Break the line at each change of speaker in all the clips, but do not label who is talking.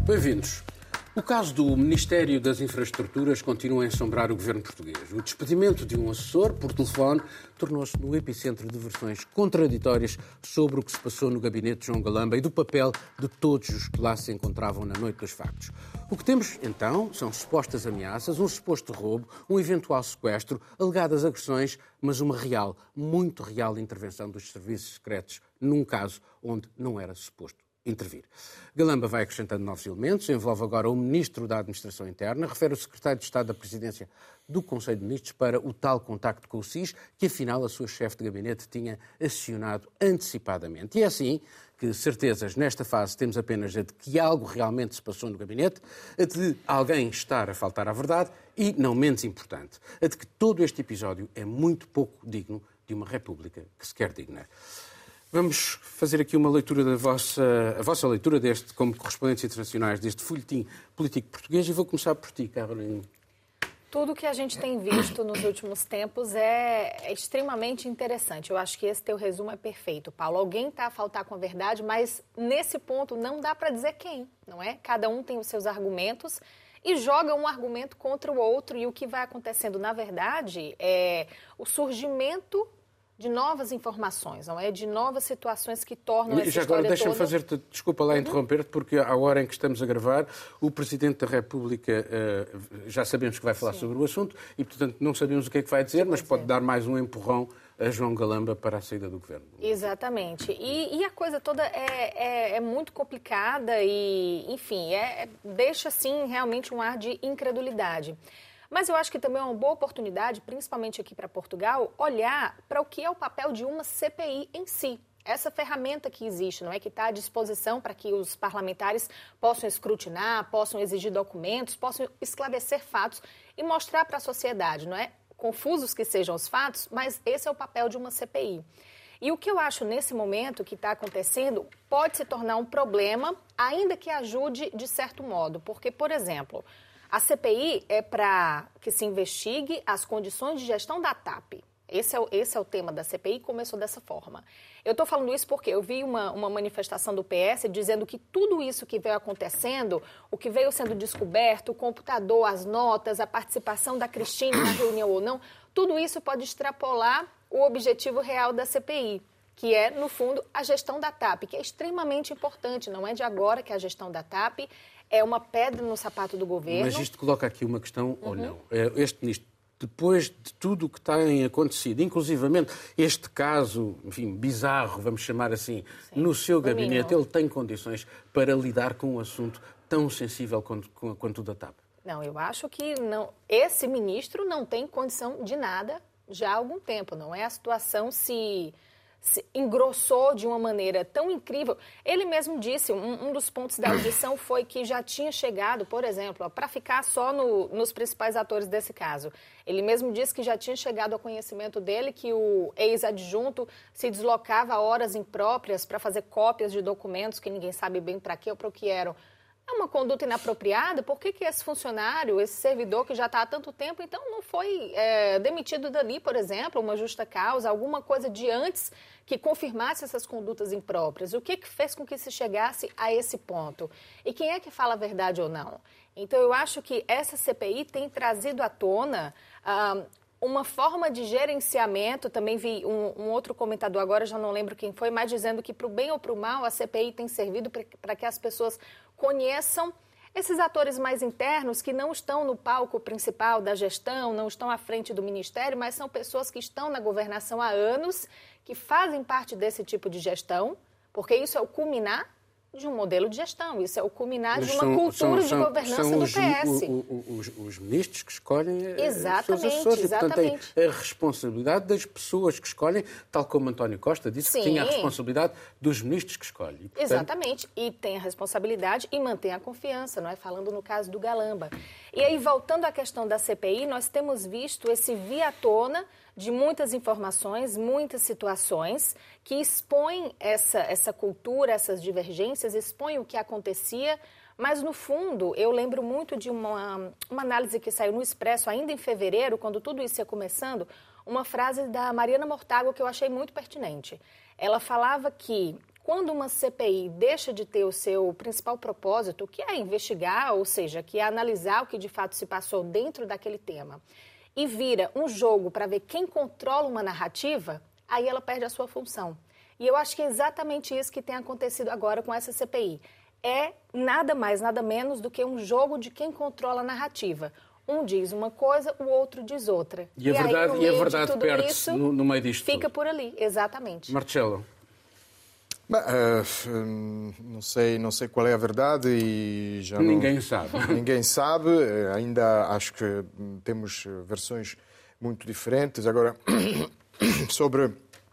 Bem-vindos. O caso do Ministério das Infraestruturas continua a ensombrar o governo português. O despedimento de um assessor por telefone tornou-se no epicentro de versões contraditórias sobre o que se passou no gabinete de João Galamba e do papel de todos os que lá se encontravam na noite dos factos. O que temos, então, são supostas ameaças, um suposto roubo, um eventual sequestro, alegadas agressões, mas uma real, muito real intervenção dos serviços secretos num caso onde não era suposto intervir. Galamba vai acrescentando novos elementos, envolve agora o Ministro da Administração Interna, refere o Secretário de Estado da Presidência do Conselho de Ministros para o tal contacto com o SIS, que afinal a sua chefe de gabinete tinha acionado antecipadamente. E é assim que certezas nesta fase temos apenas a de que algo realmente se passou no gabinete, a de alguém estar a faltar à verdade e, não menos importante, a de que todo este episódio é muito pouco digno de uma república que se quer digna. Vamos fazer aqui uma leitura a vossa leitura deste, como correspondentes internacionais, deste folhetim político português, e vou começar por ti, Carolina.
Tudo o que a gente tem visto nos últimos tempos é extremamente interessante. Eu acho que esse teu resumo é perfeito, Paulo. Alguém está a faltar com a verdade, mas nesse ponto não dá para dizer quem, não é? Cada um tem os seus argumentos e joga um argumento contra o outro, e o que vai acontecendo, na verdade, é o surgimento de novas informações, não é? De novas situações que tornam essa história toda...
Agora deixa-me fazer-te, desculpa lá interromper-te, porque à hora em que estamos a gravar, o Presidente da República já sabemos que vai falar sobre o assunto e, portanto, não sabemos o que é que vai dizer, mas pode dar mais um empurrão a João Galamba para a saída do governo.
Exatamente. E a coisa toda é muito complicada e, enfim, deixa, assim, realmente um ar de incredulidade. Mas eu acho que também é uma boa oportunidade, principalmente aqui para Portugal, olhar para o que é o papel de uma CPI em si. Essa ferramenta que existe, não é? Que está à disposição para que os parlamentares possam escrutinar, possam exigir documentos, possam esclarecer fatos e mostrar para a sociedade, não é? Confusos que sejam os fatos, mas esse é o papel de uma CPI. E o que eu acho nesse momento que está acontecendo pode se tornar um problema, ainda que ajude de certo modo. Porque, por exemplo, a CPI é para que se investigue as condições de gestão da TAP. Esse é o tema da CPI, começou dessa forma. Eu estou falando isso porque eu vi uma manifestação do PS dizendo que tudo isso que veio acontecendo, o que veio sendo descoberto, o computador, as notas, a participação da Cristina na reunião ou não, tudo isso pode extrapolar o objetivo real da CPI, que é, no fundo, a gestão da TAP, que é extremamente importante. Não é de agora que a gestão da TAP é uma pedra no sapato do governo.
Mas isto coloca aqui uma questão ou não? Este ministro, depois de tudo o que tem acontecido, inclusivamente este caso, enfim, bizarro, vamos chamar assim, sim, no seu gabinete, ele tem condições para lidar com um assunto tão sensível quanto o da TAP?
Não, eu acho que não. Esse ministro não tem condição de nada já há algum tempo. Não é? A situação se engrossou de uma maneira tão incrível. Ele mesmo disse, um dos pontos da audição foi que já tinha chegado, por exemplo, para ficar só nos principais atores desse caso, ele mesmo disse que já tinha chegado ao conhecimento dele que o ex-adjunto se deslocava a horas impróprias para fazer cópias de documentos que ninguém sabe bem para quê ou para o que eram. É uma conduta inapropriada? Por que esse funcionário, esse servidor que já está há tanto tempo, então não foi demitido dali, por exemplo, uma justa causa, alguma coisa de antes que confirmasse essas condutas impróprias? O que fez com que se chegasse a esse ponto? E quem é que fala a verdade ou não? Então, eu acho que essa CPI tem trazido à tona uma forma de gerenciamento. Também vi um outro comentador, agora já não lembro quem foi, mas dizendo que, para o bem ou para o mal, a CPI tem servido para que as pessoas conheçam esses atores mais internos que não estão no palco principal da gestão, não estão à frente do ministério, mas são pessoas que estão na governação há anos, que fazem parte desse tipo de gestão, porque isso é o culminar de um modelo de gestão, isso é o culminar de uma cultura de governança do PS.
Os ministros que escolhem
exatamente,
os seus assessores.
exatamente.
E, portanto, é a responsabilidade das pessoas que escolhem, tal como António Costa disse,
sim,
que tinha a responsabilidade dos ministros que escolhem. E, portanto...
Exatamente, e tem a responsabilidade e mantém a confiança, não é? Falando no caso do Galamba. E aí, voltando à questão da CPI, nós temos visto esse vir à tona de muitas informações, muitas situações que expõem essa cultura, essas divergências, expõem o que acontecia, mas no fundo eu lembro muito de uma análise que saiu no Expresso ainda em fevereiro, quando tudo isso ia começando, uma frase da Mariana Mortágua que eu achei muito pertinente. Ela falava que Quando uma CPI deixa de ter o seu principal propósito, que é investigar, ou seja, que é analisar o que de fato se passou dentro daquele tema, e vira um jogo para ver quem controla uma narrativa, aí ela perde a sua função. E eu acho que é exatamente isso que tem acontecido agora com essa CPI. É nada mais, nada menos do que um jogo de quem controla a narrativa. Um diz uma coisa, o outro diz outra.
E a verdade perde-se no meio disto
fica
tudo.
por ali, exatamente.
Marcelo.
Não sei qual é a verdade e já
Ninguém sabe.
Ninguém sabe. Ainda acho que temos versões muito diferentes. Agora, sobre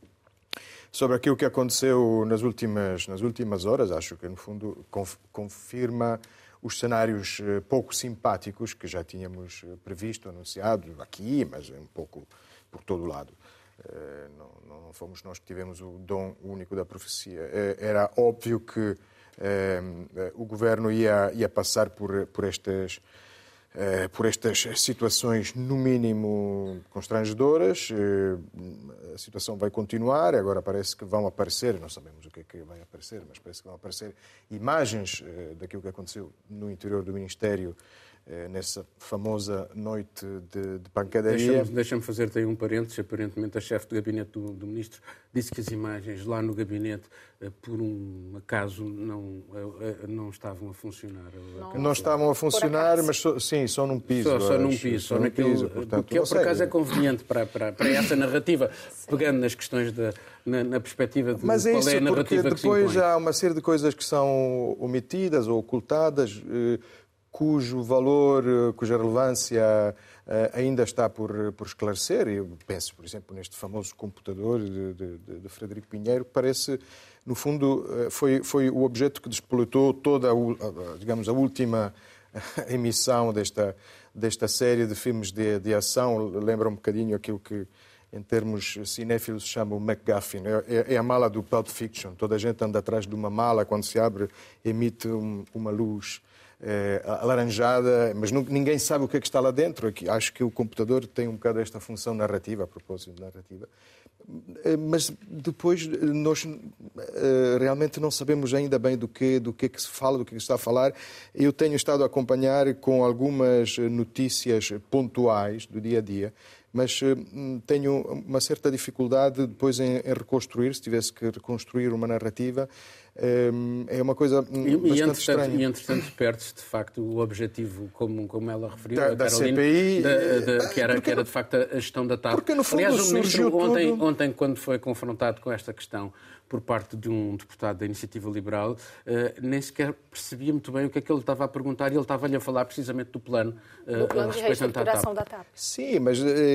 aquilo que aconteceu nas últimas horas, acho que, no fundo, confirma os cenários pouco simpáticos que já tínhamos previsto, anunciado aqui, mas um pouco por todo o lado. Não fomos nós que tivemos o dom único da profecia. Era óbvio que o governo ia passar por estas situações, no mínimo, constrangedoras. A situação vai continuar. Agora parece que vão aparecer, não sabemos o que é que vai aparecer, mas parece que vão aparecer imagens daquilo que aconteceu no interior do Ministério nessa famosa noite de pancadaria.
Deixa-me fazer-te aí um parênteses. Aparentemente, a chefe de gabinete do ministro disse que as imagens lá no gabinete, por um acaso, não estavam a funcionar.
Não estavam a funcionar, mas só num piso.
Só num piso. Só naquele,
portanto,
que por acaso é conveniente para essa narrativa, pegando nas questões na perspectiva de
mas
qual é a narrativa
porque
que se impõe.
depois há uma série de coisas que são omitidas ou ocultadas, cujo valor, cuja relevância ainda está por esclarecer. Eu penso, por exemplo, neste famoso computador de Frederico Pinheiro, que parece, no fundo, foi o objeto que despoletou toda a última emissão desta série de filmes de ação. Lembra um bocadinho aquilo que, em termos cinéfilos, se chama o MacGuffin. É a mala do Pulp Fiction. Toda a gente anda atrás de uma mala, quando se abre, emite uma luz alaranjada, mas ninguém sabe o que é que está lá dentro. Aqui, acho que o computador tem um bocado esta função narrativa, a propósito de narrativa. Mas depois nós realmente não sabemos ainda bem do que se fala, do que se está a falar. Eu tenho estado a acompanhar com algumas notícias pontuais do dia a dia, mas tenho uma certa dificuldade depois em reconstruir, se tivesse que reconstruir uma narrativa. É uma coisa bastante estranha.
E, entretanto, perde-se, de facto, o objetivo, como ela referiu,
da CPI,
que era, de facto, a gestão da TAP.
Porque, no fundo,
aliás, o ministro,
tudo...
ontem, quando foi confrontado com esta questão por parte de um deputado da Iniciativa Liberal, nem sequer percebia muito bem o que é que ele estava a perguntar, e ele estava-lhe a falar precisamente do plano
de reestruturação da TAP.
Sim, mas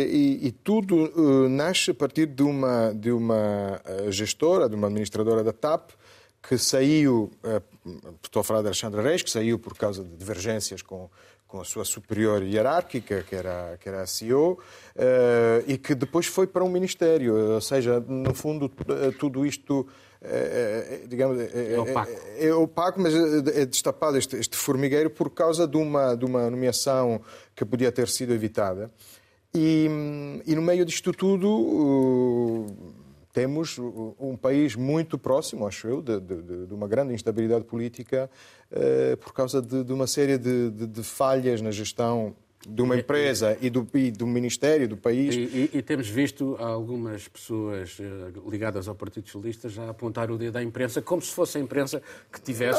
tudo nasce a partir de uma gestora, de uma administradora da TAP, que saiu, estou a falar de Alexandra Reis, que saiu por causa de divergências com a sua superior hierárquica, que era a CEO, e que depois foi para um ministério. Ou seja, no fundo, tudo isto digamos, é opaco, mas é destapado este formigueiro por causa de uma nomeação que podia ter sido evitada. E no meio disto tudo... temos um país muito próximo, acho eu, de uma grande instabilidade política por causa de uma série de falhas na gestão de uma empresa e do Ministério, do país.
E temos visto algumas pessoas ligadas ao Partido Socialista já apontar o dedo à imprensa, como se fosse a imprensa que tivesse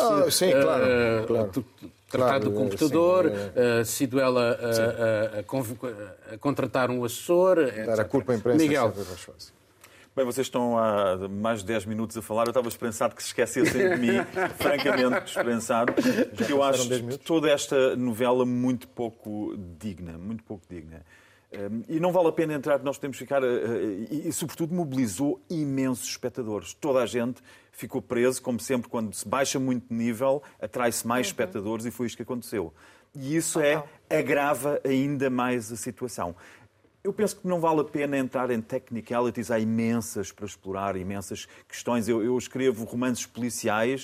tratado do computador, sido ela a contratar um assessor, etc.
Dar a culpa à imprensa.
Miguel.
Bem, vocês estão há mais de 10 minutos a falar. Eu estava esperançado que se esquecessem de mim, francamente esperançado, porque eu acho toda esta novela muito pouco digna. E não vale a pena entrar, nós podemos ficar... E, sobretudo, mobilizou imensos espectadores. Toda a gente ficou preso, como sempre, quando se baixa muito de nível, atrai-se mais espectadores, e foi isto que aconteceu. E isso agrava ainda mais a situação. Eu penso que não vale a pena entrar em technicalities, há imensas para explorar, imensas questões. Eu escrevo romances policiais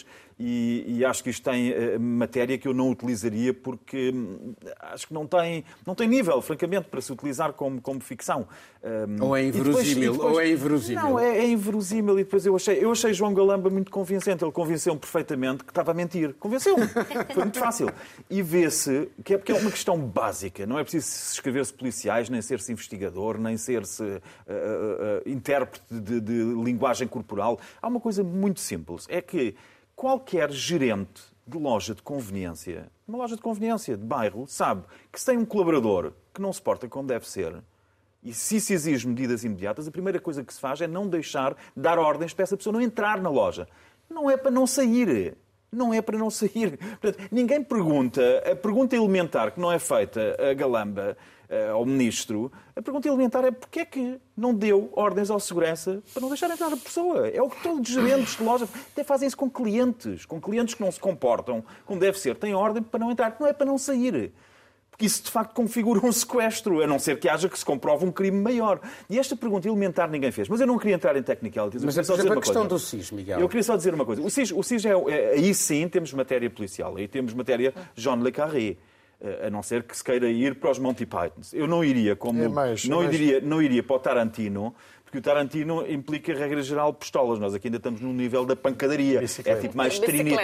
E acho que isto tem matéria que eu não utilizaria porque acho que não tem nível, francamente, para se utilizar como ficção.
Ou é inverosímil, ou é inverosímil.
Não, é inverosímil. E depois eu achei João Galamba muito convincente. Ele convenceu-me perfeitamente que estava a mentir. Convenceu-me. Foi muito fácil. E vê-se que é uma questão básica. Não é preciso escrever-se policiais, nem ser-se investigador, nem ser-se intérprete de linguagem corporal. Há uma coisa muito simples. É que qualquer gerente de loja de conveniência, uma loja de conveniência de bairro, sabe que se tem um colaborador que não se porta como deve ser, e se exige medidas imediatas, a primeira coisa que se faz é não deixar dar ordens para essa pessoa não entrar na loja. Não é para não sair. Não é para não sair. Portanto, ninguém pergunta, a pergunta elementar que não é feita a Galamba, ao ministro, a pergunta elementar é porque é que não deu ordens ao segurança para não deixar entrar a pessoa. É o que todos os gerentes de loja até fazem isso com clientes que não se comportam como deve ser. Têm ordem para não entrar, não é para não sair. Porque isso, de facto, configura um sequestro, a não ser que haja que se comprove um crime maior. E esta pergunta elementar ninguém fez. Mas eu não queria entrar em technicalities.
Mas, por exemplo, a questão do SIS, Miguel.
Eu queria só dizer uma coisa. O SIS aí sim temos matéria policial. Aí temos matéria John Le Carré. A não ser que se queira ir para os Monty Pythons. Eu não iria não iria para o Tarantino, porque o Tarantino implica, regra geral, pistolas. Nós aqui ainda estamos num nível da pancadaria. É tipo mais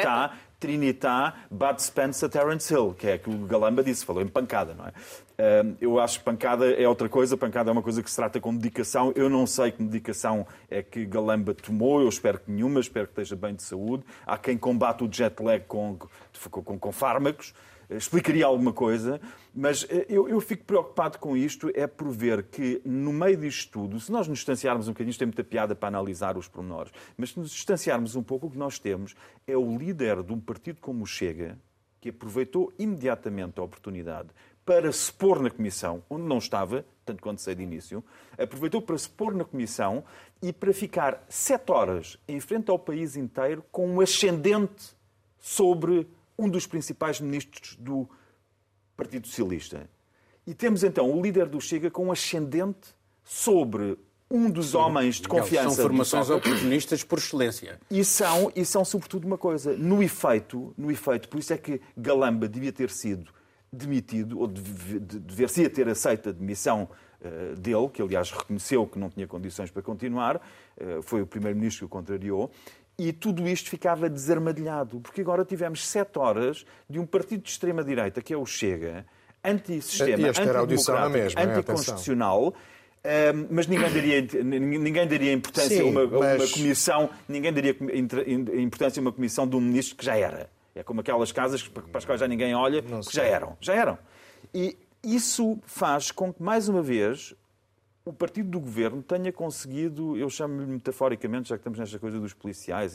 Trinitá, Bud Spencer, Terence Hill, que é que o Galamba disse, falou em pancada, não é? Eu acho que pancada é outra coisa, pancada é uma coisa que se trata com dedicação. Eu não sei que medicação é que Galamba tomou, eu espero que nenhuma, espero que esteja bem de saúde. Há quem combate o jet lag com fármacos. Explicaria alguma coisa, mas eu fico preocupado com isto, é por ver que, no meio disto tudo, se nós nos distanciarmos um bocadinho, isto tem muita piada para analisar os pormenores, mas se nos distanciarmos um pouco, o que nós temos é o líder de um partido como o Chega, que aproveitou imediatamente a oportunidade para se pôr na Comissão, onde não estava, tanto quanto sei de início, aproveitou para se pôr na Comissão e para ficar 7 horas em frente ao país inteiro com um ascendente sobre um dos principais ministros do Partido Socialista. E temos então o líder do Chega com um ascendente sobre um dos homens de confiança.
São formações oportunistas por excelência.
E são sobretudo uma coisa. No efeito, por isso é que Galamba devia ter sido demitido, ou deveria ter aceito a demissão dele, que aliás reconheceu que não tinha condições para continuar, foi o primeiro-ministro que o contrariou. E tudo isto ficava desarmadilhado, porque agora tivemos 7 horas de um partido de extrema-direita, que é o Chega, antissistema, antidemocrático, anticonstitucional, mas ninguém daria importância a uma comissão, ninguém daria importância a uma comissão de um ministro que já era. É como aquelas casas para as quais já ninguém olha, que já eram. E isso faz com que, mais uma vez, o partido do governo tenha conseguido, eu chamo-lhe metaforicamente, já que estamos nesta coisa dos policiais,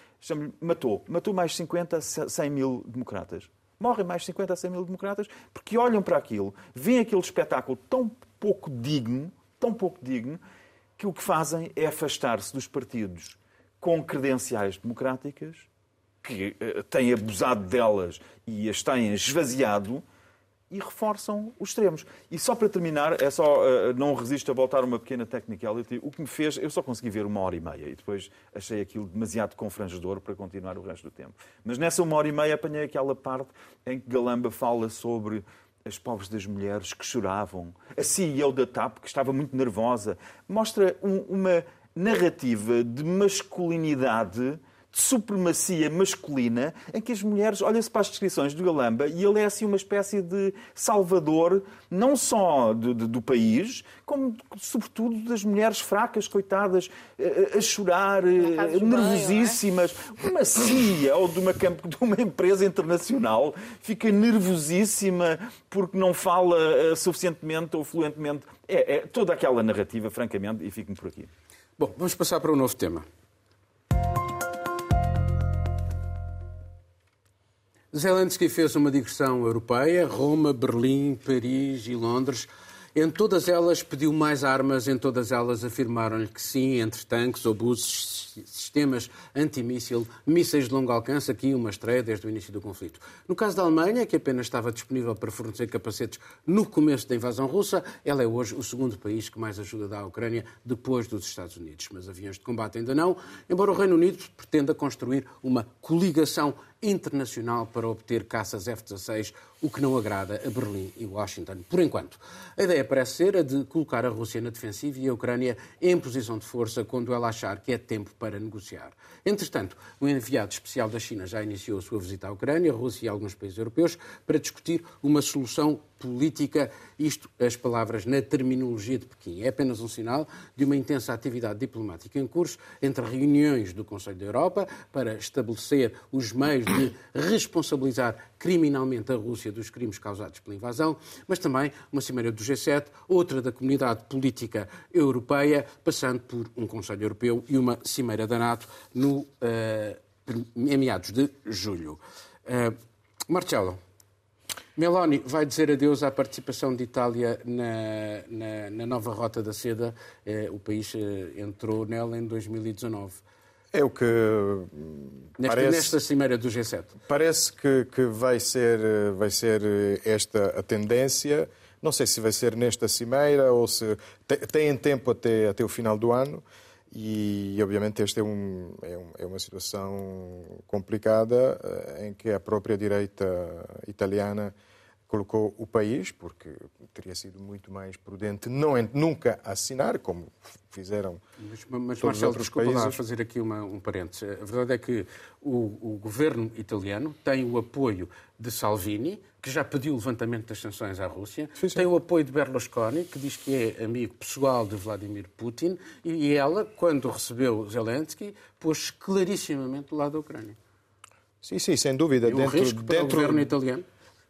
matou mais 50 a 100 mil democratas. Morrem mais 50 a 100 mil democratas porque olham para aquilo, veem aquele espetáculo tão pouco digno, que o que fazem é afastar-se dos partidos com credenciais democráticas, que têm abusado delas e as têm esvaziado, e reforçam os extremos. E só para terminar, não resisto a voltar uma pequena technicality. O que me fez, eu só consegui ver 1h30 e depois achei aquilo demasiado confrangedor para continuar o resto do tempo. Mas nessa 1h30 apanhei aquela parte em que Galamba fala sobre as pobres das mulheres que choravam, a CEO da TAP que estava muito nervosa. Mostra uma narrativa de masculinidade, de supremacia masculina, em que as mulheres, olha-se para as descrições do Galamba e ele é assim uma espécie de salvador, não só do país, como sobretudo das mulheres fracas, coitadas, a chorar, nervosíssimas. Banho, uma CIA ou de uma empresa internacional fica nervosíssima porque não fala suficientemente ou fluentemente. É toda aquela narrativa, francamente, e fico-me por aqui.
Bom, vamos passar para um novo tema. Zelensky fez uma digressão europeia, Roma, Berlim, Paris e Londres, Em todas elas pediu mais armas, em todas elas afirmaram-lhe que sim, entre tanques, obuses, sistemas antimíssil, mísseis de longo alcance, aqui uma estreia desde o início do conflito. No caso da Alemanha, que apenas estava disponível para fornecer capacetes no começo da invasão russa, ela é hoje o segundo país que mais ajuda dá à Ucrânia, depois dos Estados Unidos. Mas aviões de combate ainda não, embora o Reino Unido pretenda construir uma coligação internacional para obter caças F-16, o que não agrada a Berlim e Washington, por enquanto. A ideia parece ser a de colocar a Rússia na defensiva e a Ucrânia em posição de força quando ela achar que é tempo para negociar. Entretanto, o enviado especial da China já iniciou a sua visita à Ucrânia, a Rússia e alguns países europeus para discutir uma solução política, isto as palavras na terminologia de Pequim. É apenas um sinal de uma intensa atividade diplomática em curso entre reuniões do Conselho da Europa para estabelecer os meios de responsabilizar criminalmente a Rússia dos crimes causados pela invasão, mas também uma cimeira do G7, outra da Comunidade Política Europeia, passando por um Conselho Europeu e uma cimeira da NATO em meados de julho. Marcelo, Meloni vai dizer adeus à participação de Itália na nova Rota da Seda. O país entrou nela em 2019.
É o que
nesta cimeira do G7.
Parece que vai ser esta a tendência. Não sei se vai ser nesta cimeira ou se têm tempo até o final do ano. E, obviamente, esta é uma situação complicada em que a própria direita italiana colocou o país, porque teria sido muito mais prudente nunca assinar, como fizeram
mas
todos
Marcelo,
os outros
desculpa
países.
lá fazer aqui um parênteses. A verdade é que o governo italiano tem o apoio de Salvini, que já pediu o levantamento das sanções à Rússia,
sim.
Tem o apoio de Berlusconi, que diz que é amigo pessoal de Vladimir Putin, e ela, quando recebeu Zelensky, pôs clarissimamente do lado da Ucrânia.
Sim, sem dúvida.
É um risco para o governo italiano?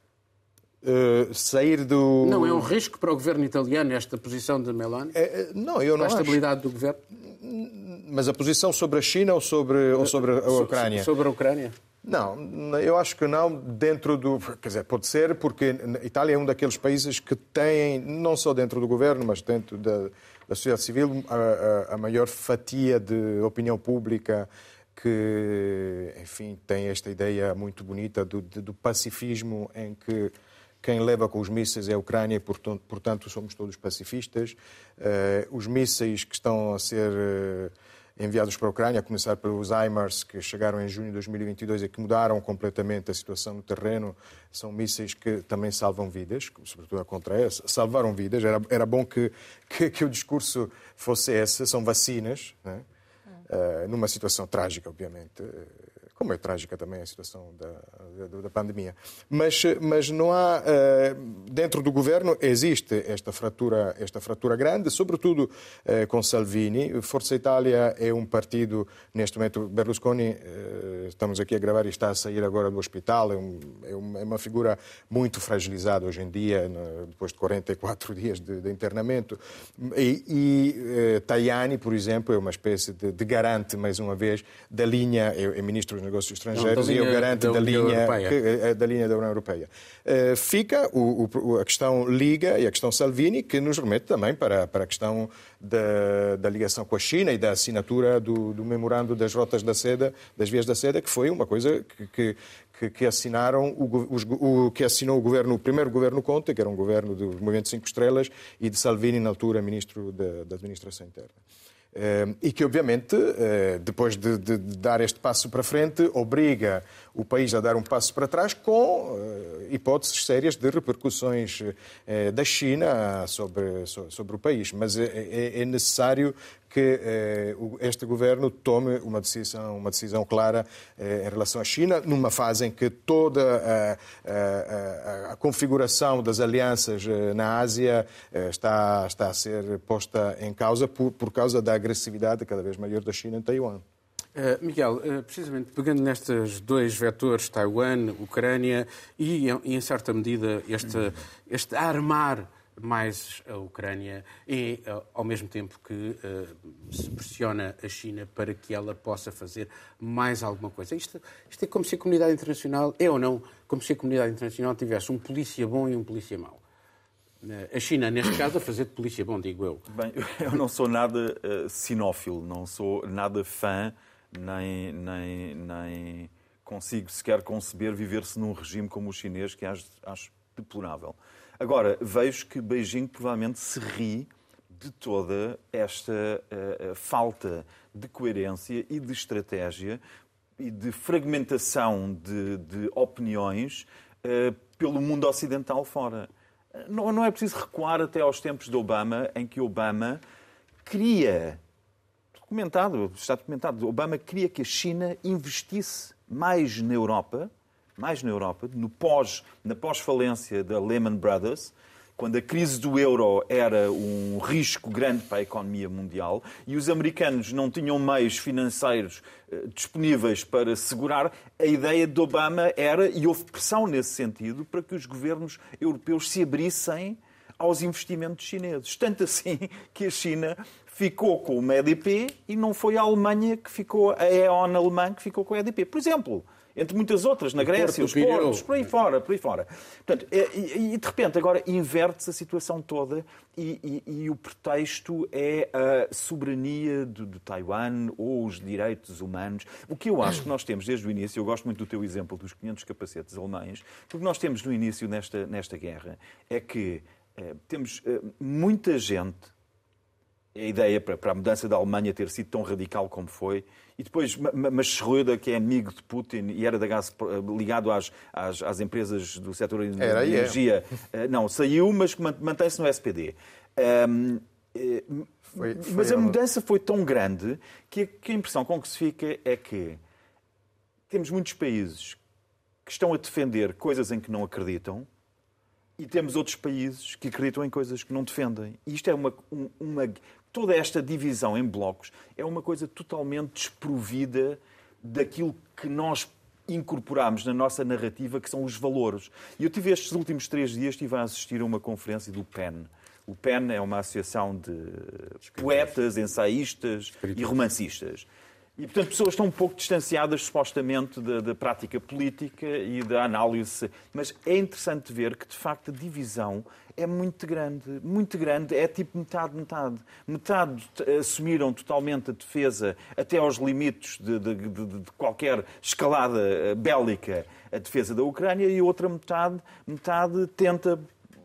Sair do...
Não, é um risco para o governo italiano esta posição de Meloni?
Não, eu não
acho. Para a estabilidade
acho.
do governo?
Mas a posição sobre a China ou sobre a Ucrânia?
Sobre a Ucrânia?
Não, eu acho que não dentro do... Quer dizer, pode ser porque a Itália é um daqueles países que tem, não só dentro do governo, mas dentro da sociedade civil, a maior fatia de opinião pública que, enfim, tem esta ideia muito bonita do pacifismo em que quem leva com os mísseis é a Ucrânia e, portanto, somos todos pacifistas. Os mísseis que estão a ser enviados para a Ucrânia, a começar pelos HIMARS, que chegaram em junho de 2022 e que mudaram completamente a situação no terreno, são mísseis que também salvam vidas, sobretudo a Contraia, salvaram vidas. Era bom que o discurso fosse esse, são vacinas, né? Numa situação trágica, obviamente, como é trágica também a situação da pandemia. Mas não há... Dentro do governo existe esta fratura grande, sobretudo com Salvini. Força Itália é um partido, neste momento, Berlusconi, estamos aqui a gravar e está a sair agora do hospital, é uma figura muito fragilizada hoje em dia, depois de 44 dias de internamento. E Tajani, por exemplo, é uma espécie de garante, mais uma vez, da linha, é ministro dos Negócios Estrangeiros e é o garante da linha da União Europeia. Fica a questão Liga e a questão Salvini, que nos remete também para a questão da ligação com a China e da assinatura do memorando das rotas da seda, das vias da seda, que foi uma coisa que assinaram que assinou o primeiro governo Conte, que era um governo do Movimento 5 Estrelas, e de Salvini, na altura, ministro da Administração Interna. E que, obviamente, depois de dar este passo para frente, obriga o país a dar um passo para trás com hipóteses sérias de repercussões da China sobre o país. Mas é necessário que este governo tome uma decisão clara em relação à China, numa fase em que toda a configuração das alianças na Ásia está a ser posta em causa por causa da agressividade cada vez maior da China em Taiwan.
Miguel, precisamente pegando nestes dois vetores, Taiwan, Ucrânia, e em certa medida este armar mais a Ucrânia e, ao mesmo tempo que se pressiona a China para que ela possa fazer mais alguma coisa. Isto é como se a comunidade internacional, como se a comunidade internacional tivesse um polícia bom e um polícia mau. A China, neste caso, a fazer de polícia bom, digo eu.
Bem, eu não sou nada sinófilo, não sou nada fã, nem consigo sequer conceber viver-se num regime como o chinês, que acho deplorável. Agora, vejo que Beijing provavelmente se ri de toda esta falta de coerência e de estratégia e de fragmentação de opiniões pelo mundo ocidental fora. Não é preciso recuar até aos tempos de Obama, em que Obama queria, está documentado, Obama queria que a China investisse mais na Europa, na pós-falência da Lehman Brothers, quando a crise do euro era um risco grande para a economia mundial e os americanos não tinham meios financeiros disponíveis para segurar, a ideia de Obama era, e houve pressão nesse sentido, para que os governos europeus se abrissem aos investimentos chineses. Tanto assim que a China ficou com o EDP e não foi a Alemanha que ficou, a E.ON alemã que ficou com o EDP. Por exemplo, entre muitas outras, na Grécia, os portos, por aí fora. Portanto, e de repente agora inverte-se a situação toda e o pretexto é a soberania de Taiwan ou os direitos humanos. O que eu acho que nós temos desde o início, eu gosto muito do teu exemplo dos 500 capacetes alemães, o que nós temos no início nesta guerra é que temos muita gente, a ideia para a mudança da Alemanha ter sido tão radical como foi, e depois Schröder, que é amigo de Putin e era da Gaz, ligado às empresas do setor de energia, não, saiu, mas mantém-se no SPD. Mas a mudança foi tão grande que a impressão com que se fica é que temos muitos países que estão a defender coisas em que não acreditam e temos outros países que acreditam em coisas que não defendem. E isto é toda esta divisão em blocos é uma coisa totalmente desprovida daquilo que nós incorporamos na nossa narrativa, que são os valores. E eu tive estes últimos 3 dias, estive a assistir a uma conferência do PEN. O PEN é uma associação de poetas, ensaístas e romancistas. E, portanto, pessoas estão um pouco distanciadas, supostamente, da prática política e da análise. Mas é interessante ver que, de facto, a divisão é muito grande. É tipo metade. Metade assumiram totalmente a defesa até aos limites de qualquer escalada bélica, a defesa da Ucrânia, e a outra metade tenta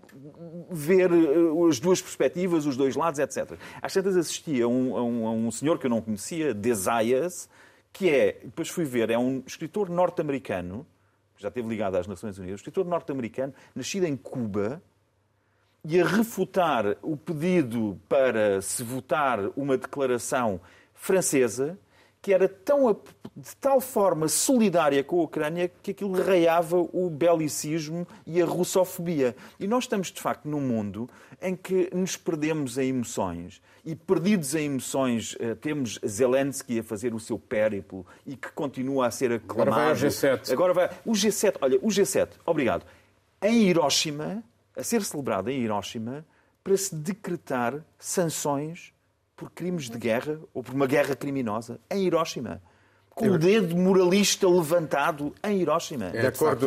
ver as duas perspectivas, os dois lados, etc. Às tantas assisti a um senhor que eu não conhecia, Desaias, que depois fui ver, é um escritor norte-americano, já esteve ligado às Nações Unidas, um escritor norte-americano, nascido em Cuba, e a refutar o pedido para se votar uma declaração francesa que era de tal forma solidária com a Ucrânia que aquilo raiava o belicismo e a russofobia. E nós estamos, de facto, num mundo em que nos perdemos em emoções. E perdidos em emoções, temos Zelensky a fazer o seu périplo e que continua a ser aclamado.
Agora vai ao G7.
Agora vai o G7. Olha, o G7, obrigado, em Hiroshima, a ser celebrado em Hiroshima, para se decretar sanções por crimes de guerra ou por uma guerra criminosa em Hiroshima. Com o dedo moralista levantado em Hiroshima.
De acordo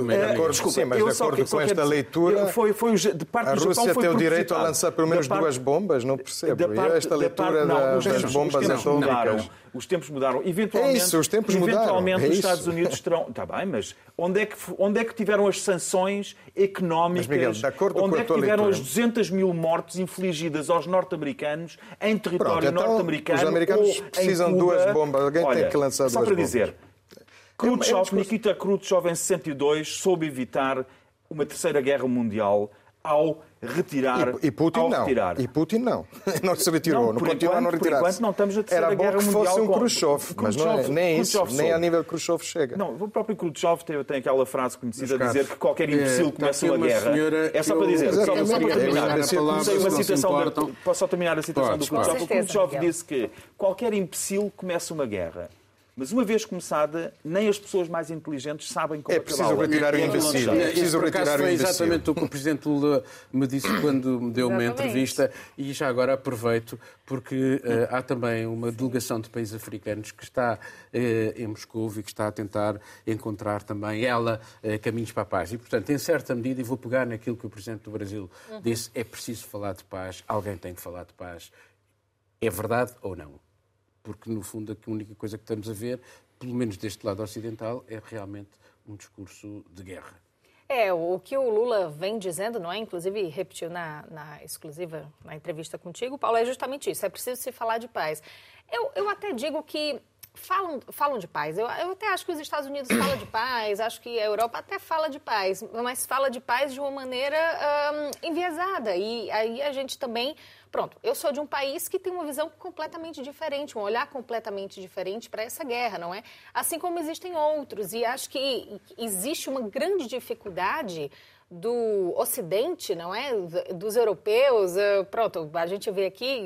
com esta leitura, a Rússia tem o direito a lançar pelo menos 2 bombas, não percebo. Esta leitura das bombas atômicas...
Os tempos mudaram. Eventualmente,
é isso, os tempos mudaram.
Os Estados Unidos terão... Está bem, mas onde é que tiveram as sanções económicas? Mas, Miguel, de acordo onde é que tiveram as 200 mil mortes infligidas aos norte-americanos em território norte-americano?
Os americanos precisam de 2 bombas. Alguém tem que lançar 2 bombas.
Só para dizer, Nikita Khrushchev em 62 soube evitar uma terceira guerra mundial ao retirar...
E Putin não. E Putin não. Não se retirou. Não continua a não retirar-se.
Por enquanto não estamos a terceira guerra mundial.
Era bom que fosse um Khrushchev, mas não é, nem isso. Nem a nível Khrushchev chega.
Não, o próprio Khrushchev tem aquela frase conhecida a dizer que qualquer imbecil começa uma guerra. É só para dizer. Só para terminar. Posso só terminar a citação do Khrushchev? O Khrushchev disse que qualquer imbecil começa uma guerra. Mas uma vez começada, nem as pessoas mais inteligentes sabem como acabá-la.
É preciso retirar o imbecil.
Foi exatamente o que o Presidente Lula me disse quando me deu uma entrevista, e já agora aproveito, porque há também uma delegação de países africanos que está em Moscou e que está a tentar encontrar também ela caminhos para a paz. E, portanto, em certa medida, e vou pegar naquilo que o Presidente do Brasil disse, é preciso falar de paz, alguém tem que falar de paz. É verdade ou não? Porque, no fundo, a única coisa que estamos a ver, pelo menos deste lado ocidental, é realmente um discurso de guerra.
O que o Lula vem dizendo, não é? Inclusive repetiu na exclusiva, na entrevista contigo, Paulo, é justamente isso. É preciso se falar de paz. Eu até digo que falam de paz. Eu até acho que os Estados Unidos falam de paz, acho que a Europa até fala de paz, mas fala de paz de uma maneira enviesada. E aí a gente também... Pronto, eu sou de um país que tem uma visão completamente diferente, um olhar completamente diferente para essa guerra, não é? Assim como existem outros. E acho que existe uma grande dificuldade do Ocidente, não é? Dos europeus. Pronto, a gente vê aqui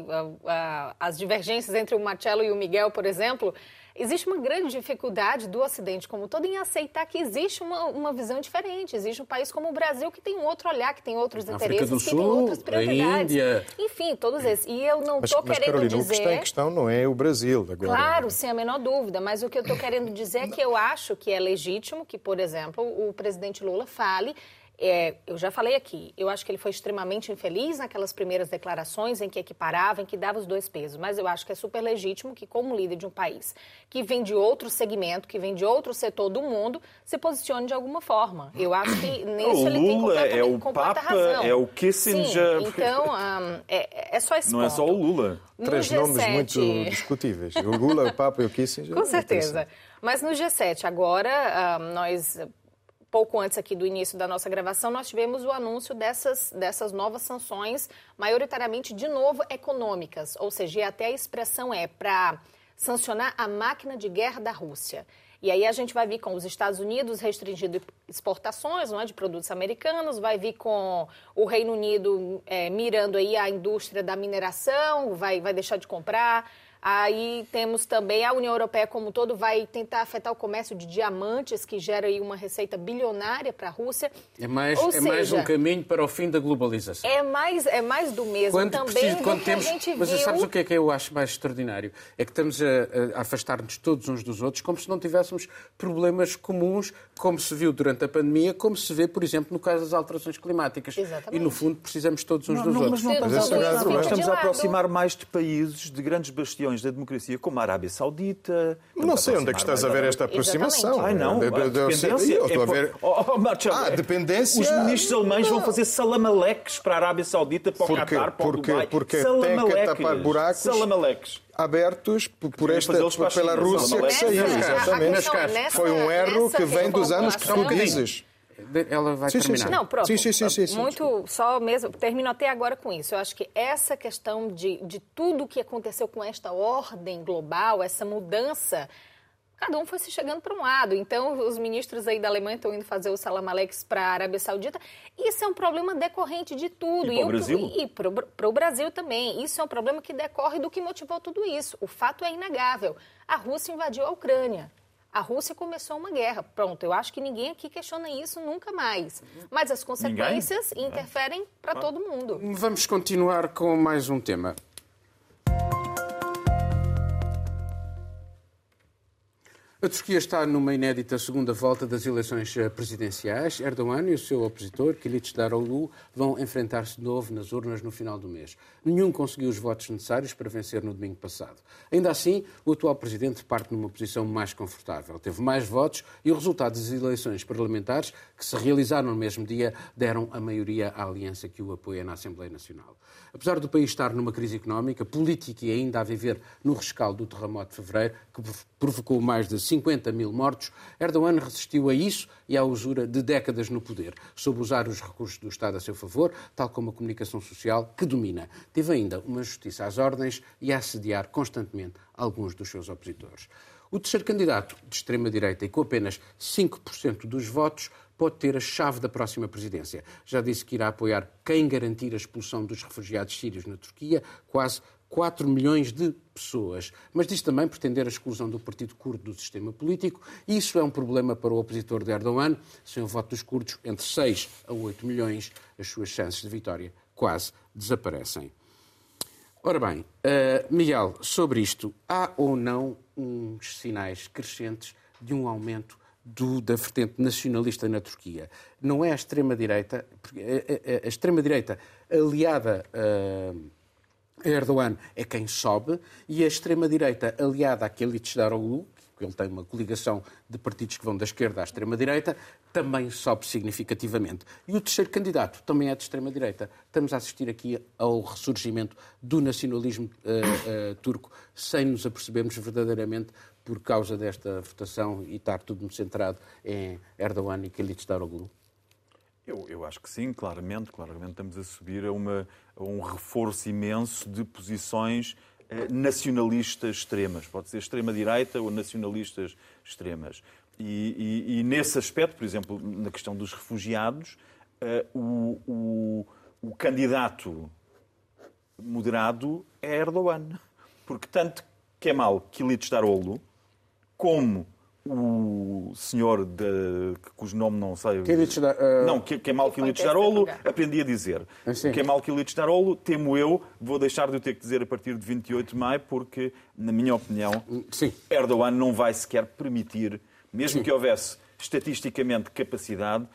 as divergências entre o Marcelo e o Miguel, por exemplo. Existe uma grande dificuldade do Ocidente como todo em aceitar que existe uma visão diferente. Existe um país como o Brasil que tem um outro olhar, que tem outros interesses, que tem outras prioridades.
A Índia.
Enfim, todos esses. E eu não estou querendo
Carolina,
dizer...
o que está em questão não é o Brasil agora.
Claro, sem a menor dúvida. Mas o que eu estou querendo dizer é que eu acho que é legítimo que, por exemplo, o presidente Lula fale... eu já falei aqui, eu acho que ele foi extremamente infeliz naquelas primeiras declarações em que equiparava, em que dava os dois pesos, mas eu acho que é super legítimo que, como líder de um país que vem de outro segmento, que vem de outro setor do mundo, se posicione de alguma forma. Eu acho que nisso ele tem completa razão.
É o Kissinger...
Sim, então, é só esse
não
ponto.
É só o Lula.
Três nomes muito discutíveis. O Lula, o Papa e o Kissinger.
Com certeza. Mas no G7, agora, nós... Pouco antes aqui do início da nossa gravação, nós tivemos o anúncio dessas novas sanções, maioritariamente, de novo, econômicas. Ou seja, até a expressão é para sancionar a máquina de guerra da Rússia. E aí a gente vai vir com os Estados Unidos restringindo exportações, não é, de produtos americanos, vai vir com o Reino Unido mirando aí a indústria da mineração, vai deixar de comprar. Aí temos também a União Europeia como um todo vai tentar afetar o comércio de diamantes, que gera aí uma receita bilionária para a Rússia.
É mais um caminho para o fim da globalização.
É mais do mesmo.
Mas sabes o que é que eu acho mais extraordinário? É que estamos a afastar-nos todos uns dos outros como se não tivéssemos problemas comuns, como se viu durante a pandemia, como se vê, por exemplo, no caso das alterações climáticas.
Exatamente.
E, no fundo, precisamos todos uns dos outros.
Estamos a aproximar mais de países, de grandes bastiões da democracia, como a Arábia Saudita.
Não sei onde é que estás a ver esta aproximação.
Ai, não.
Dependência. Dependência.
Os ministros alemães vão fazer salamaleques para a Arábia Saudita, para o Qatar, para o Dubai.
Porque tem que tapar buracos abertos pela Rússia que saiu. Exatamente. Foi um erro que vem dos anos que tu dizes.
Ela vai terminar.
Não, pronto.
Sim.
Muito só mesmo. Termino até agora com isso. Eu acho que essa questão de tudo o que aconteceu com esta ordem global, essa mudança, cada um foi se chegando para um lado. Então, os ministros aí da Alemanha estão indo fazer o salamaleques para a Arábia Saudita. Isso é um problema decorrente de tudo.
E para o Brasil?
E para o Brasil também. Isso é um problema que decorre do que motivou tudo isso. O fato é inegável. A Rússia invadiu a Ucrânia. A Rússia começou uma guerra. Pronto, eu acho que ninguém aqui questiona isso nunca mais. Mas as consequências interferem para todo mundo.
Vamos continuar com mais um tema. A Turquia está numa inédita segunda volta das eleições presidenciais. Erdogan e o seu opositor, Kılıçdaroğlu, vão enfrentar-se de novo nas urnas no final do mês. Nenhum conseguiu os votos necessários para vencer no domingo passado. Ainda assim, o atual presidente parte numa posição mais confortável. Teve mais votos e o resultado das eleições parlamentares, que se realizaram no mesmo dia, deram a maioria à aliança que o apoia na Assembleia Nacional. Apesar do país estar numa crise económica, política e ainda a viver no rescaldo do terremoto de fevereiro, que provocou mais de 50 mil mortos, Erdogan resistiu a isso e à usura de décadas no poder, soube usar os recursos do Estado a seu favor, tal como a comunicação social, que domina. Teve ainda uma justiça às ordens e a assediar constantemente alguns dos seus opositores. O terceiro candidato de extrema-direita e com apenas 5% dos votos pode ter a chave da próxima presidência. Já disse que irá apoiar quem garantir a expulsão dos refugiados sírios na Turquia, quase 4 milhões de pessoas. Mas diz também pretender a exclusão do Partido Curdo do sistema político. Isso é um problema para o opositor de Erdogan. Sem o voto dos curdos, entre 6 a 8 milhões, as suas chances de vitória quase desaparecem. Ora bem, Miguel, sobre isto, há ou não uns sinais crescentes de um aumento da vertente nacionalista na Turquia? Não é a extrema-direita, porque a extrema-direita aliada a Erdogan é quem sobe, e a extrema-direita aliada a Kılıçdaroğlu, que ele tem uma coligação de partidos que vão da esquerda à extrema-direita, também sobe significativamente. E o terceiro candidato também é de extrema-direita. Estamos a assistir aqui ao ressurgimento do nacionalismo turco, sem nos apercebermos verdadeiramente por causa desta votação e estar tudo centrado em Erdogan e Kılıçdaroğlu.
Eu acho que sim, claramente estamos a subir a um reforço imenso de posições nacionalistas extremas. Pode ser extrema-direita ou nacionalistas extremas. E nesse aspecto, por exemplo, na questão dos refugiados, o candidato moderado é Erdogan. Porque tanto Kemal Kılıçdaroğlu como o senhor cujo nome não sei... Kemal Kılıçdaroğlu, aprendi a dizer. Kemal Kılıçdaroğlu, temo eu, vou deixar de o ter que dizer a partir de 28 de maio, porque, na minha opinião, Erdogan não vai sequer permitir, mesmo que houvesse estatisticamente capacidade,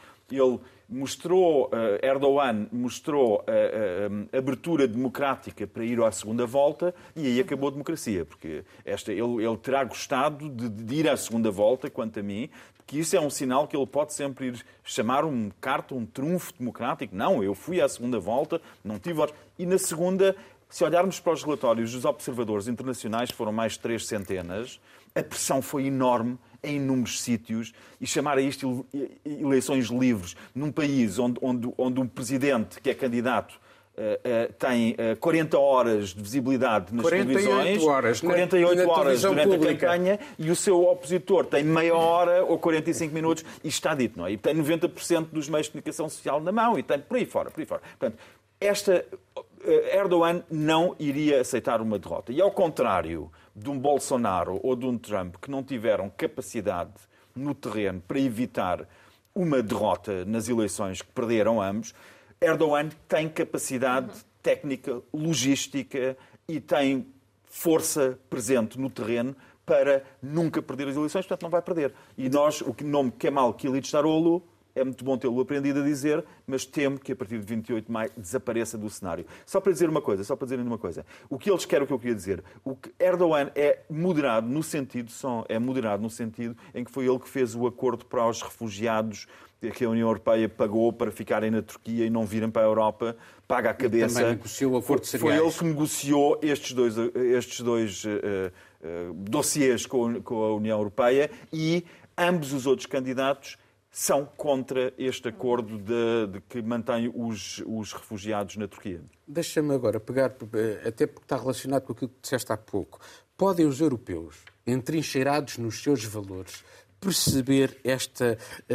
Erdogan mostrou abertura democrática para ir à segunda volta e aí acabou a democracia, porque ele terá gostado de ir à segunda volta, quanto a mim, porque isso é um sinal que ele pode sempre ir chamar um trunfo democrático. Não, eu fui à segunda volta, não tive votos. E na segunda, se olharmos para os relatórios dos observadores internacionais, que foram mais de 300, a pressão foi enorme em inúmeros sítios, e chamar a isto eleições livres num país onde um presidente que é candidato tem 40 horas de visibilidade nas televisões, 48 horas durante a campanha, e o seu opositor tem meia hora ou 45 minutos, e está dito, não é? E tem 90% dos meios de comunicação social na mão, e tem por aí fora. Portanto, Erdogan não iria aceitar uma derrota. E ao contrário de um Bolsonaro ou de um Trump, que não tiveram capacidade no terreno para evitar uma derrota nas eleições, que perderam ambos, Erdogan tem capacidade técnica, logística e tem força presente no terreno para nunca perder as eleições, portanto não vai perder. E o nome Kemal Kılıçdaroğlu é muito bom tê-lo aprendido a dizer, mas temo que a partir de 28 de maio desapareça do cenário. Só para dizer uma coisa. O que eles querem, o que eu queria dizer. O que Erdogan é moderado no sentido em que foi ele que fez o acordo para os refugiados que a União Europeia pagou para ficarem na Turquia e não virem para a Europa, paga a cabeça.
Também negociou o acordo de cereais.
Foi ele que negociou estes dois dossiês com a União Europeia, e ambos os outros candidatos são contra este acordo de que mantém os refugiados na Turquia.
Deixa-me agora pegar, até porque está relacionado com aquilo que disseste há pouco. Podem os europeus, entrincheirados nos seus valores, perceber esta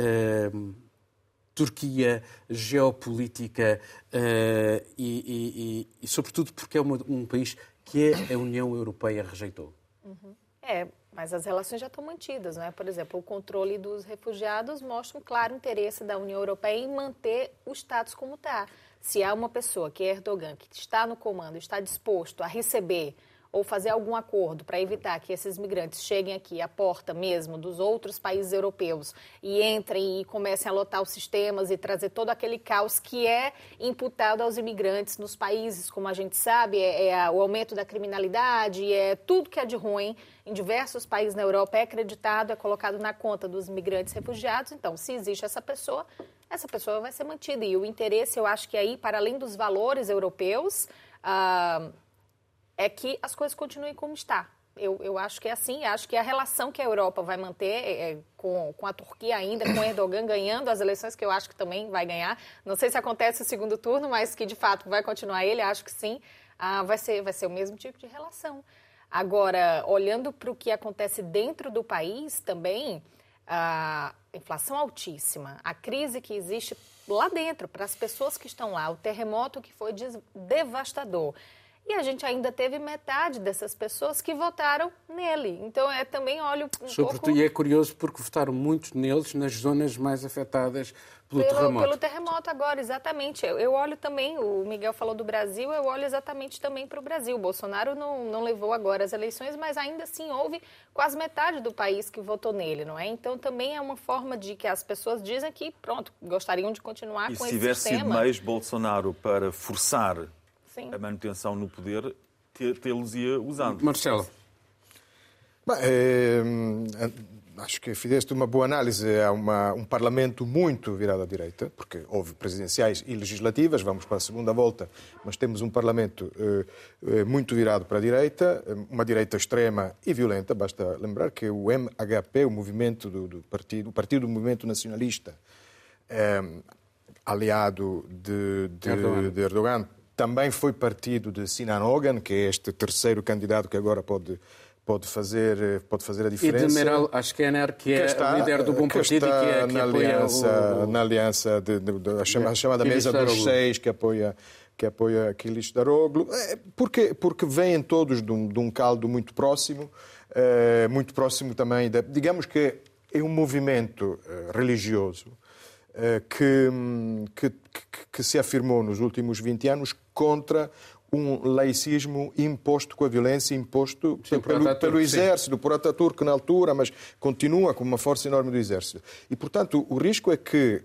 Turquia geopolítica e, sobretudo, porque é um país que a União Europeia rejeitou?
Mas as relações já estão mantidas, não é? Por exemplo, o controle dos refugiados mostra um claro interesse da União Europeia em manter o status como está. Se há uma pessoa, que é Erdogan, que está no comando, está disposto a receber ou fazer algum acordo para evitar que esses migrantes cheguem aqui à porta mesmo dos outros países europeus e entrem e comecem a lotar os sistemas e trazer todo aquele caos que é imputado aos imigrantes nos países, como a gente sabe, o aumento da criminalidade, é tudo que é de ruim em diversos países na Europa é acreditado, é colocado na conta dos migrantes refugiados. Então, se existe essa pessoa vai ser mantida. E o interesse, eu acho que aí, para além dos valores europeus, é que as coisas continuem como está. Eu acho que é assim, acho que a relação que a Europa vai manter com a Turquia ainda, com Erdogan ganhando as eleições, que eu acho que também vai ganhar. Não sei se acontece o segundo turno, mas que de fato vai continuar ele, acho que sim. Vai ser o mesmo tipo de relação. Agora, olhando para o que acontece dentro do país também, a inflação altíssima, a crise que existe lá dentro, para as pessoas que estão lá, o terremoto que foi devastador. E a gente ainda teve metade dessas pessoas que votaram nele. Então, também olho
Sobretudo, e é curioso porque votaram muitos neles nas zonas mais afetadas pelo terremoto.
Pelo terremoto agora, exatamente. Eu olho também, o Miguel falou do Brasil, eu olho exatamente também para o Brasil. O Bolsonaro não levou agora as eleições, mas ainda assim houve quase metade do país que votou nele, não é? Então, também é uma forma de que as pessoas dizem que, pronto, gostariam de continuar com esse sistema.
E se tivesse sido mais Bolsonaro para forçar
Sim.
a manutenção no poder, tê-los ia usando.
Marcelo.
Acho que fizeste uma boa análise. Há um Parlamento muito virado à direita, porque houve presidenciais e legislativas, vamos para a segunda volta, mas temos um Parlamento muito virado para a direita, uma direita extrema e violenta. Basta lembrar que o MHP, o movimento o Partido do Movimento Nacionalista, aliado de Erdogan, também foi partido de Sinan Ogan, que é este terceiro candidato que agora pode fazer a diferença.
E de Meral Ashkener, que é o líder do Bom Partido e que apoia
na aliança a chamada Mesa dos Seis, que apoia Kilich Daroglu. Porque vêm todos de um caldo muito próximo também. Digamos que é um movimento religioso que se afirmou nos últimos 20 anos contra um laicismo imposto com a violência, imposto pelo exército, por Ataturk na altura, mas continua com uma força enorme do exército. E, portanto, o risco é que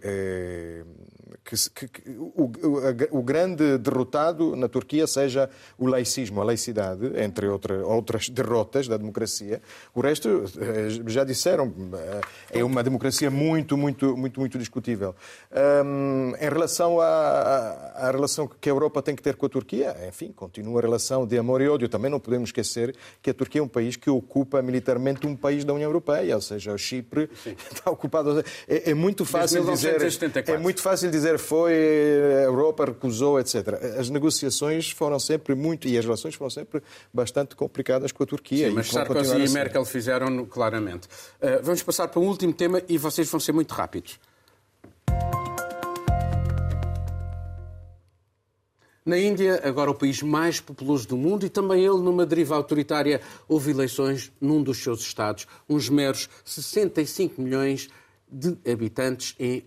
o grande derrotado na Turquia seja o laicismo, a laicidade, entre outras derrotas da democracia. O resto, já disseram, é uma democracia muito, muito, muito, muito discutível. Em relação à relação que a Europa tem que ter com a Turquia, enfim, continua a relação de amor e ódio. Também não podemos esquecer que a Turquia é um país que ocupa militarmente um país da União Europeia, ou seja, o Chipre está ocupado. É muito fácil dizer foi a Europa recusou, etc. As negociações foram sempre e as relações foram sempre bastante complicadas com a Turquia.
Sim, mas Sarkozy e Merkel fizeram claramente. Vamos passar para um último tema e vocês vão ser muito rápidos. Na Índia, agora o país mais populoso do mundo e também ele numa deriva autoritária, houve eleições num dos seus estados, uns meros 65 milhões de habitantes em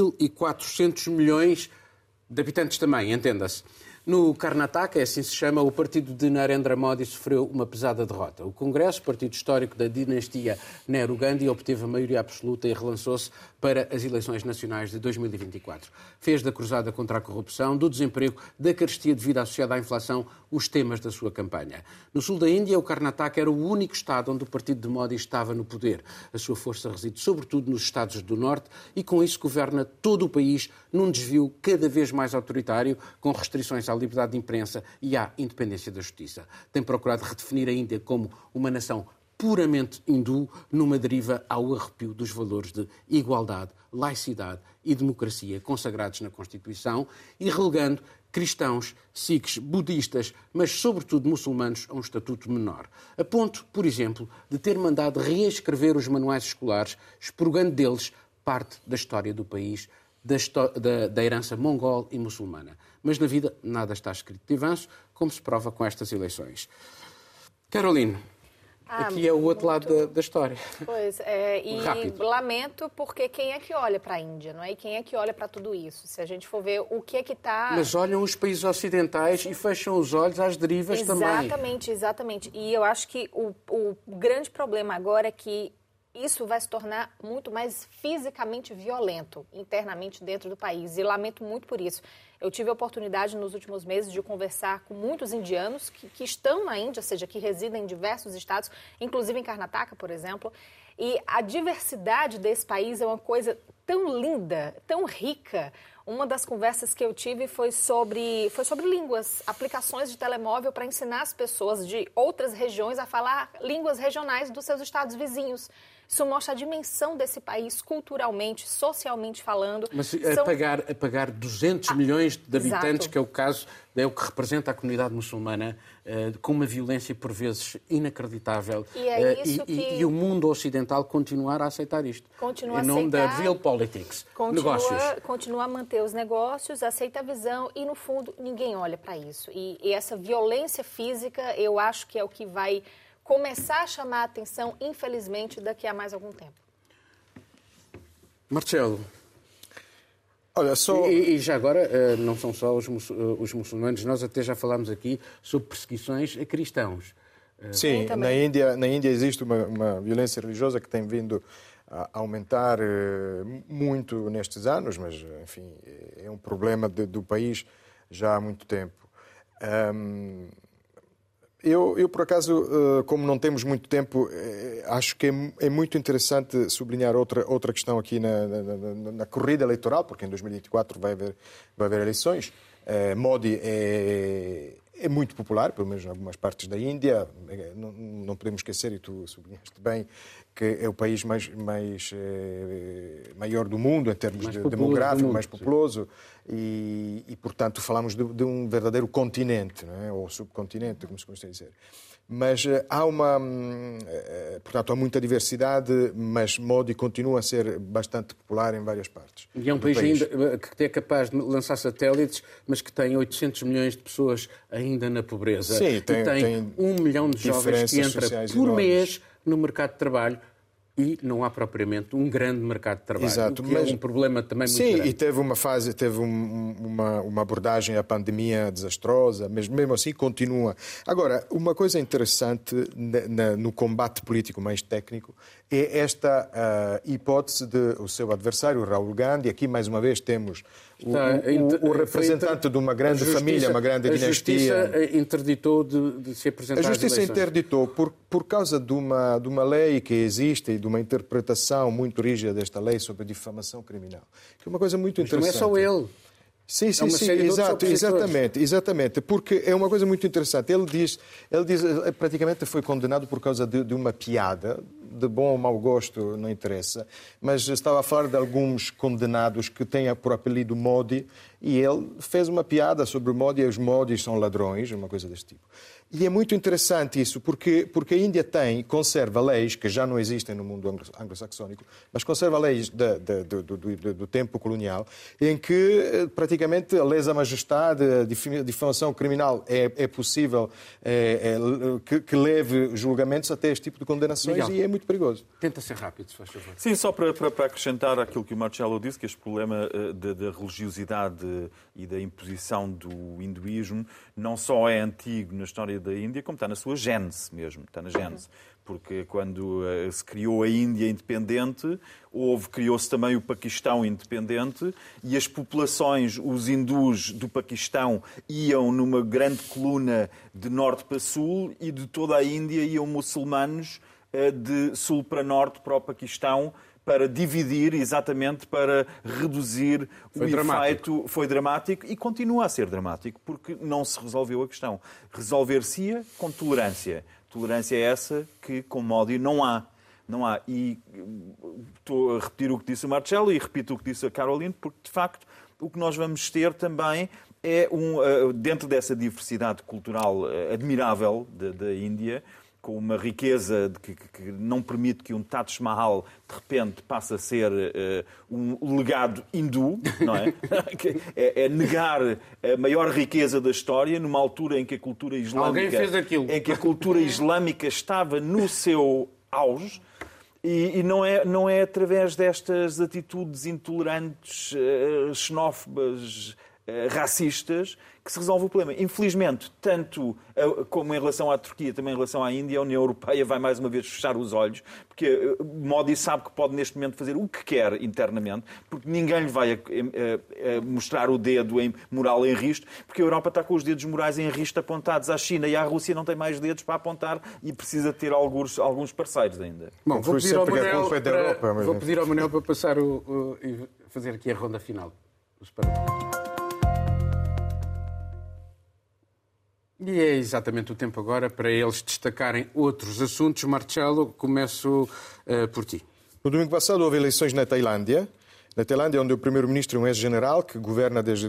1.400 milhões de habitantes também, entenda-se. No Karnataka, assim se chama, o partido de Narendra Modi sofreu uma pesada derrota. O Congresso, partido histórico da dinastia Nehru-Gandhi, obteve a maioria absoluta e relançou-se para as eleições nacionais de 2024. Fez da cruzada contra a corrupção, do desemprego, da carestia de vida associada à inflação, os temas da sua campanha. No sul da Índia, o Karnataka era o único estado onde o partido de Modi estava no poder. A sua força reside sobretudo nos estados do norte e com isso governa todo o país num desvio cada vez mais autoritário, com restrições à liberdade de imprensa e à independência da justiça. Tem procurado redefinir a Índia como uma nação puramente hindu, numa deriva ao arrepio dos valores de igualdade, laicidade e democracia consagrados na Constituição e relegando cristãos, sikhs, budistas, mas sobretudo muçulmanos a um estatuto menor. A ponto, por exemplo, de ter mandado reescrever os manuais escolares, expurgando deles parte da história do país, da herança mongol e muçulmana. Mas na vida nada está escrito de avanço, como se prova com estas eleições. Caroline, aqui é o outro lado da história.
Pois,
Rápido.
Lamento porque quem é que olha para a Índia, não é? E quem é que olha para tudo isso? Se a gente for ver o que é que está...
Mas olham os países ocidentais e fecham os olhos às derivas também.
Exatamente. E eu acho que o grande problema agora é que isso vai se tornar muito mais fisicamente violento internamente dentro do país. E lamento muito por isso. Eu tive a oportunidade nos últimos meses de conversar com muitos indianos que estão na Índia, ou seja, que residem em diversos estados, inclusive em Karnataka, por exemplo. E a diversidade desse país é uma coisa tão linda, tão rica. Uma das conversas que eu tive foi sobre línguas, aplicações de telemóvel para ensinar as pessoas de outras regiões a falar línguas regionais dos seus estados vizinhos. Isso mostra a dimensão desse país culturalmente, socialmente falando.
Mas pagar 200 milhões de habitantes, exato, que é o caso é o que representa a comunidade muçulmana com uma violência por vezes inacreditável. E o mundo ocidental continuar a aceitar isto.
Continua
em nome da real politics.
Continua a manter os negócios, aceita a visão e, no fundo, ninguém olha para isso. E essa violência física, eu acho que é o que vai começar a chamar a atenção, infelizmente, daqui a mais algum tempo.
Marcelo,
olha,
e já agora, não são só os muçulmanos, nós até já falámos aqui sobre perseguições a cristãos.
Sim, na Índia existe uma violência religiosa que tem vindo a aumentar muito nestes anos, mas, enfim, é um problema do país já há muito tempo. Eu, por acaso, como não temos muito tempo, acho que é muito interessante sublinhar outra questão aqui na corrida eleitoral, porque em 2024 vai haver eleições. Modi é muito popular, pelo menos em algumas partes da Índia. Não podemos esquecer, e tu sublinhaste bem, que é o país maior do mundo em termos demográficos, mais populoso. E, portanto, falamos de um verdadeiro continente, não é? Ou subcontinente, como se costuma dizer. Mas portanto, há muita diversidade, mas Modi continua a ser bastante popular em várias partes.
E é um país ainda que é capaz de lançar satélites, mas que tem 800 milhões de pessoas ainda na pobreza.
Sim,
tem 1 milhão de jovens que entra por mês no mercado de trabalho. E não há propriamente um grande mercado de trabalho.
Exato,
o que é um problema também muito grande.
Sim, e teve uma abordagem à pandemia desastrosa, mas mesmo assim continua. Agora, uma coisa interessante no combate político mais técnico é esta hipótese de o seu adversário, Rahul Gandhi. Aqui, mais uma vez, temos o representante de uma grande família, uma grande dinastia.
A Justiça interditou de se apresentar às eleições.
A Justiça interditou por causa de uma lei que existe e de uma interpretação muito rígida desta lei sobre a difamação criminal. Que é uma coisa muito interessante.
Mas não é só ele.
Sim, exatamente, porque é uma coisa muito interessante. Ele diz praticamente foi condenado por causa de uma piada, de bom ou mau gosto, não interessa, mas estava a falar de alguns condenados que têm por apelido Modi, e ele fez uma piada sobre Modi, e os Modis são ladrões, uma coisa deste tipo. E é muito interessante isso, porque a Índia conserva leis que já não existem no mundo anglo-saxónico, mas conserva leis do tempo colonial, em que praticamente a lesa majestade, a difamação criminal é possível que leve julgamentos até este tipo de condenações. Miguel, e é muito perigoso.
Tenta ser rápido, se faz favor.
Sim, só para acrescentar aquilo que o Marcelo disse, que este problema da religiosidade e da imposição do hinduísmo não só é antigo na história da Índia, como está na sua gênese mesmo, está na gênese. Porque quando se criou a Índia independente, criou-se também o Paquistão independente, e as populações, os hindus do Paquistão, iam numa grande coluna de norte para sul, e de toda a Índia iam muçulmanos de sul para norte para o Paquistão, para dividir, exatamente para reduzir o efeito. Foi dramático e continua a ser dramático, porque não se resolveu a questão. Resolver-se-ia com tolerância. Tolerância é essa que, com Modi, não há. Não há. E estou a repetir o que disse o Marcelo e repito o que disse a Caroline, porque, de facto, o que nós vamos ter também é, dentro dessa diversidade cultural admirável da Índia, com uma riqueza que não permite que um Taj Mahal, de repente, passe a ser um legado hindu, não é? É negar a maior riqueza da história numa altura em que a cultura islâmica...
Alguém fez aquilo.
Em que a cultura islâmica estava no seu auge. E não é através destas atitudes intolerantes, xenófobas, racistas, que se resolve o problema. Infelizmente, tanto como em relação à Turquia, também em relação à Índia, a União Europeia vai mais uma vez fechar os olhos, porque Modi sabe que pode neste momento fazer o que quer internamente, porque ninguém lhe vai mostrar o dedo moral em risco, porque a Europa está com os dedos morais em risco apontados à China, e a Rússia não tem mais dedos para apontar e precisa ter alguns parceiros ainda.
Bom, vou pedir ao Manel para passar e fazer aqui a ronda final. Os parabéns. E é exatamente o tempo agora para eles destacarem outros assuntos. Marcelo, começo por ti.
No domingo passado houve eleições na Tailândia. Na Tailândia, onde o primeiro-ministro é um ex-general que governa desde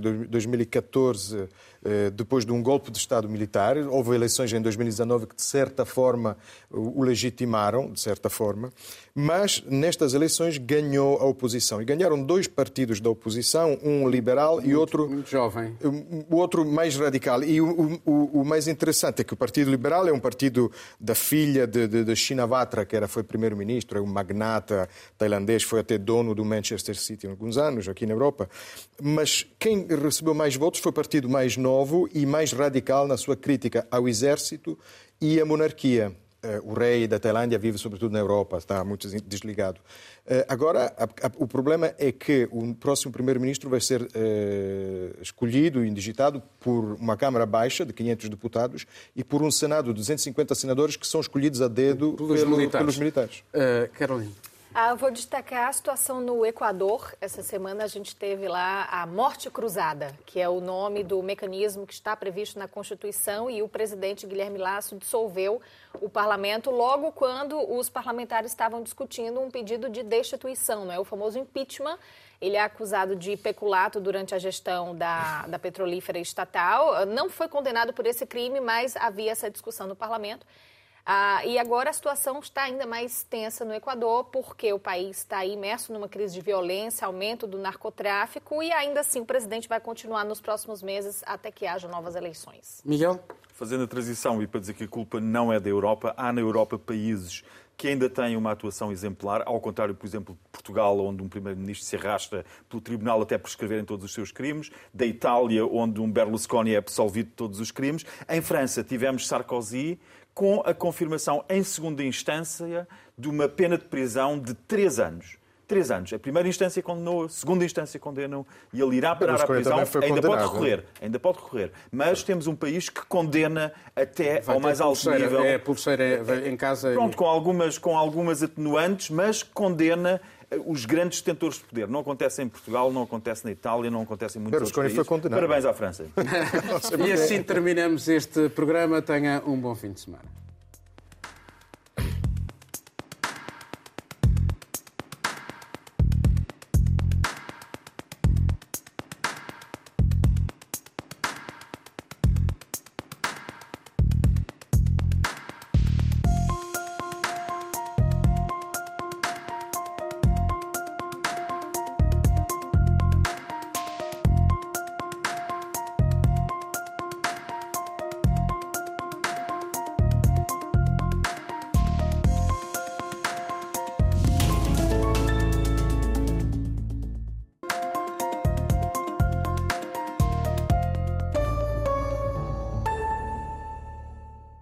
2014, depois de um golpe de Estado militar. Houve eleições em 2019 que, de certa forma, o legitimaram, de certa forma. Mas, nestas eleições, ganhou a oposição. E ganharam 2 partidos da oposição, um liberal e outro...
Muito jovem.
O outro mais radical. E o mais interessante é que o Partido Liberal é um partido da filha de Shinawatra, que foi primeiro-ministro, é um magnata tailandês, foi até dono do Manchester City há alguns anos, aqui na Europa. Mas quem recebeu mais votos foi o partido mais novo e mais radical na sua crítica ao exército e à monarquia. O rei da Tailândia vive sobretudo na Europa, está muito desligado. Agora, o problema é que o próximo primeiro-ministro vai ser escolhido e indigitado por uma Câmara Baixa de 500 deputados e por um Senado de 250 senadores que são escolhidos a dedo pelos militares.
Carolina.
Eu vou destacar a situação no Equador. Essa semana a gente teve lá a Morte Cruzada, que é o nome do mecanismo que está previsto na Constituição, e o presidente Guilherme Lasso dissolveu o parlamento logo quando os parlamentares estavam discutindo um pedido de destituição, o famoso impeachment. Ele é acusado de peculato durante a gestão da petrolífera estatal. Não foi condenado por esse crime, mas havia essa discussão no parlamento. E agora a situação está ainda mais tensa no Equador, porque o país está imerso numa crise de violência, aumento do narcotráfico, e ainda assim o presidente vai continuar nos próximos meses até que haja novas eleições.
Miguel?
Fazendo a transição e para dizer que a culpa não é da Europa, há na Europa países que ainda têm uma atuação exemplar, ao contrário, por exemplo, de Portugal, onde um primeiro-ministro se arrasta pelo tribunal até prescreverem todos os seus crimes, da Itália, onde um Berlusconi é absolvido de todos os crimes. Em França, tivemos Sarkozy, com a confirmação em segunda instância de uma pena de prisão de 3 anos. 3 anos. A primeira instância condenou, a segunda instância condenou e ele irá parar à prisão. Ainda pode recorrer. Mas temos um país que condena até ao mais alto nível.
É pulseira em casa.
Pronto, com algumas atenuantes, mas condena os grandes detentores de poder. Não acontece em Portugal, não acontece na Itália, não acontece em muitos outros países.
Foi condenado.
Parabéns à França.
E assim terminamos este programa. Tenha um bom fim de semana.